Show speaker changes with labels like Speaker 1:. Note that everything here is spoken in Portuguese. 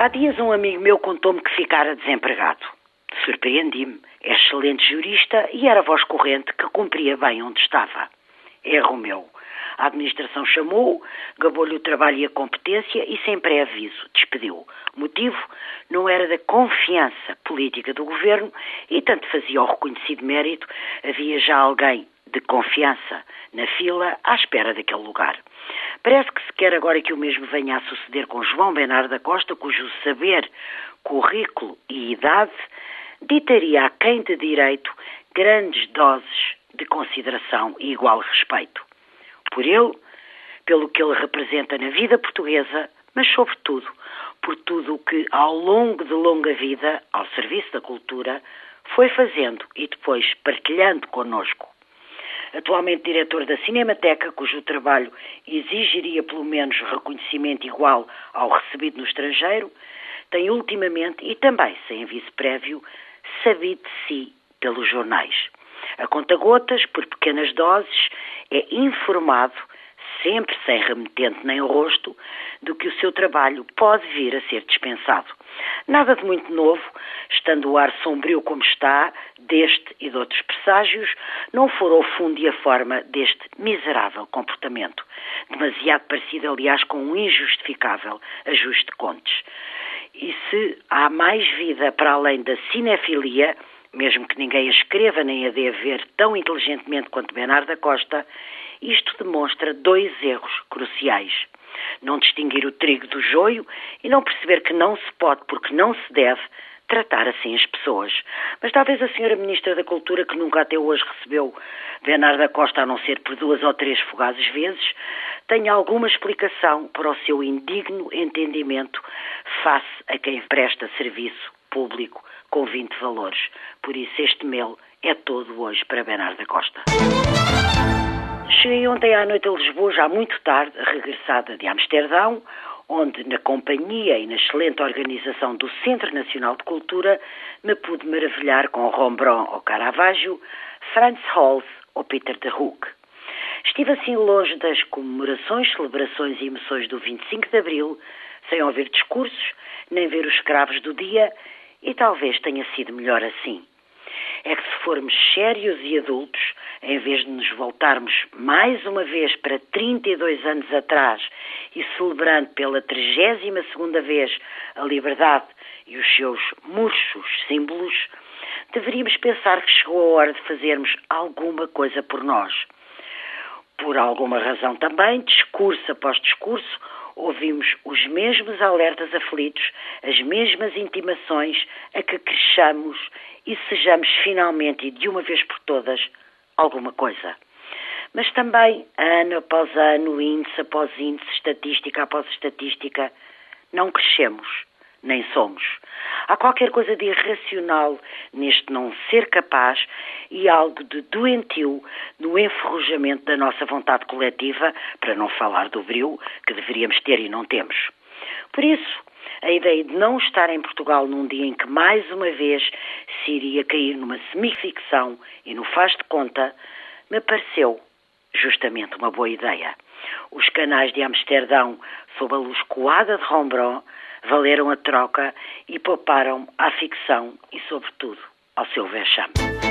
Speaker 1: Há dias um amigo meu contou-me que ficara desempregado. Surpreendi-me. É excelente jurista e era voz corrente que cumpria bem onde estava. Erro meu. A administração chamou, gabou-lhe o trabalho e a competência e sem pré-aviso despediu. O motivo não era da confiança política do governo e tanto fazia o reconhecido mérito, havia já alguém de confiança na fila à espera daquele lugar. Parece que se quer agora que o mesmo venha a suceder com João Bernardo da Costa, cujo saber, currículo e idade ditaria a quem de direito grandes doses de consideração e igual respeito. Por ele, pelo que ele representa na vida portuguesa, mas sobretudo por tudo o que ao longo de longa vida, ao serviço da cultura, foi fazendo e depois partilhando connosco. Atualmente diretor da Cinemateca, cujo trabalho exigiria pelo menos reconhecimento igual ao recebido no estrangeiro, tem ultimamente, e também sem aviso prévio, sabido de si pelos jornais. A conta-gotas, por pequenas doses, é informado, sempre sem remetente nem rosto, do que o seu trabalho pode vir a ser dispensado. Nada de muito novo, estando o ar sombrio como está, deste e de outros presságios, não for ao fundo e a forma deste miserável comportamento, demasiado parecido, aliás, com um injustificável ajuste de contas. E se há mais vida para além da cinefilia, mesmo que ninguém a escreva nem a dê a ver tão inteligentemente quanto Bernardo da Costa, isto demonstra dois erros cruciais. Não distinguir o trigo do joio e não perceber que não se pode, porque não se deve, tratar assim as pessoas. Mas talvez a senhora Ministra da Cultura, que nunca até hoje recebeu Bernardo da Costa, a não ser por 2 ou 3 fugazes vezes, tenha alguma explicação para o seu indigno entendimento face a quem presta serviço público com 20 valores. Por isso este mail é todo hoje para Bernardo da Costa. Cheguei ontem à noite a Lisboa, já muito tarde, regressada de Amsterdão, onde, na companhia e na excelente organização do Centro Nacional de Cultura, me pude maravilhar com Rembrandt ou Caravaggio, Frans Hals ou Peter de Hoek. Estive assim longe das comemorações, celebrações e emoções do 25 de Abril, sem ouvir discursos, nem ver os escravos do dia, e talvez tenha sido melhor assim. É que se formos sérios e adultos, em vez de nos voltarmos mais uma vez para 32 anos atrás e celebrando pela 32ª vez a liberdade e os seus murchos símbolos, deveríamos pensar que chegou a hora de fazermos alguma coisa por nós. Por alguma razão também, discurso após discurso, ouvimos os mesmos alertas aflitos, as mesmas intimações a que cresçamos e sejamos finalmente e de uma vez por todas alguma coisa. Mas também, ano após ano, índice após índice, estatística após estatística, não crescemos, nem somos. Há qualquer coisa de irracional neste não ser capaz e algo de doentio no enferrujamento da nossa vontade coletiva, para não falar do brio que deveríamos ter e não temos. Por isso, a ideia de não estar em Portugal num dia em que mais uma vez se iria cair numa semificção e no faz de conta, me pareceu justamente uma boa ideia. Os canais de Amsterdão, sob a luz coada de Rembrandt, valeram a troca e pouparam à ficção e, sobretudo, ao seu vexame.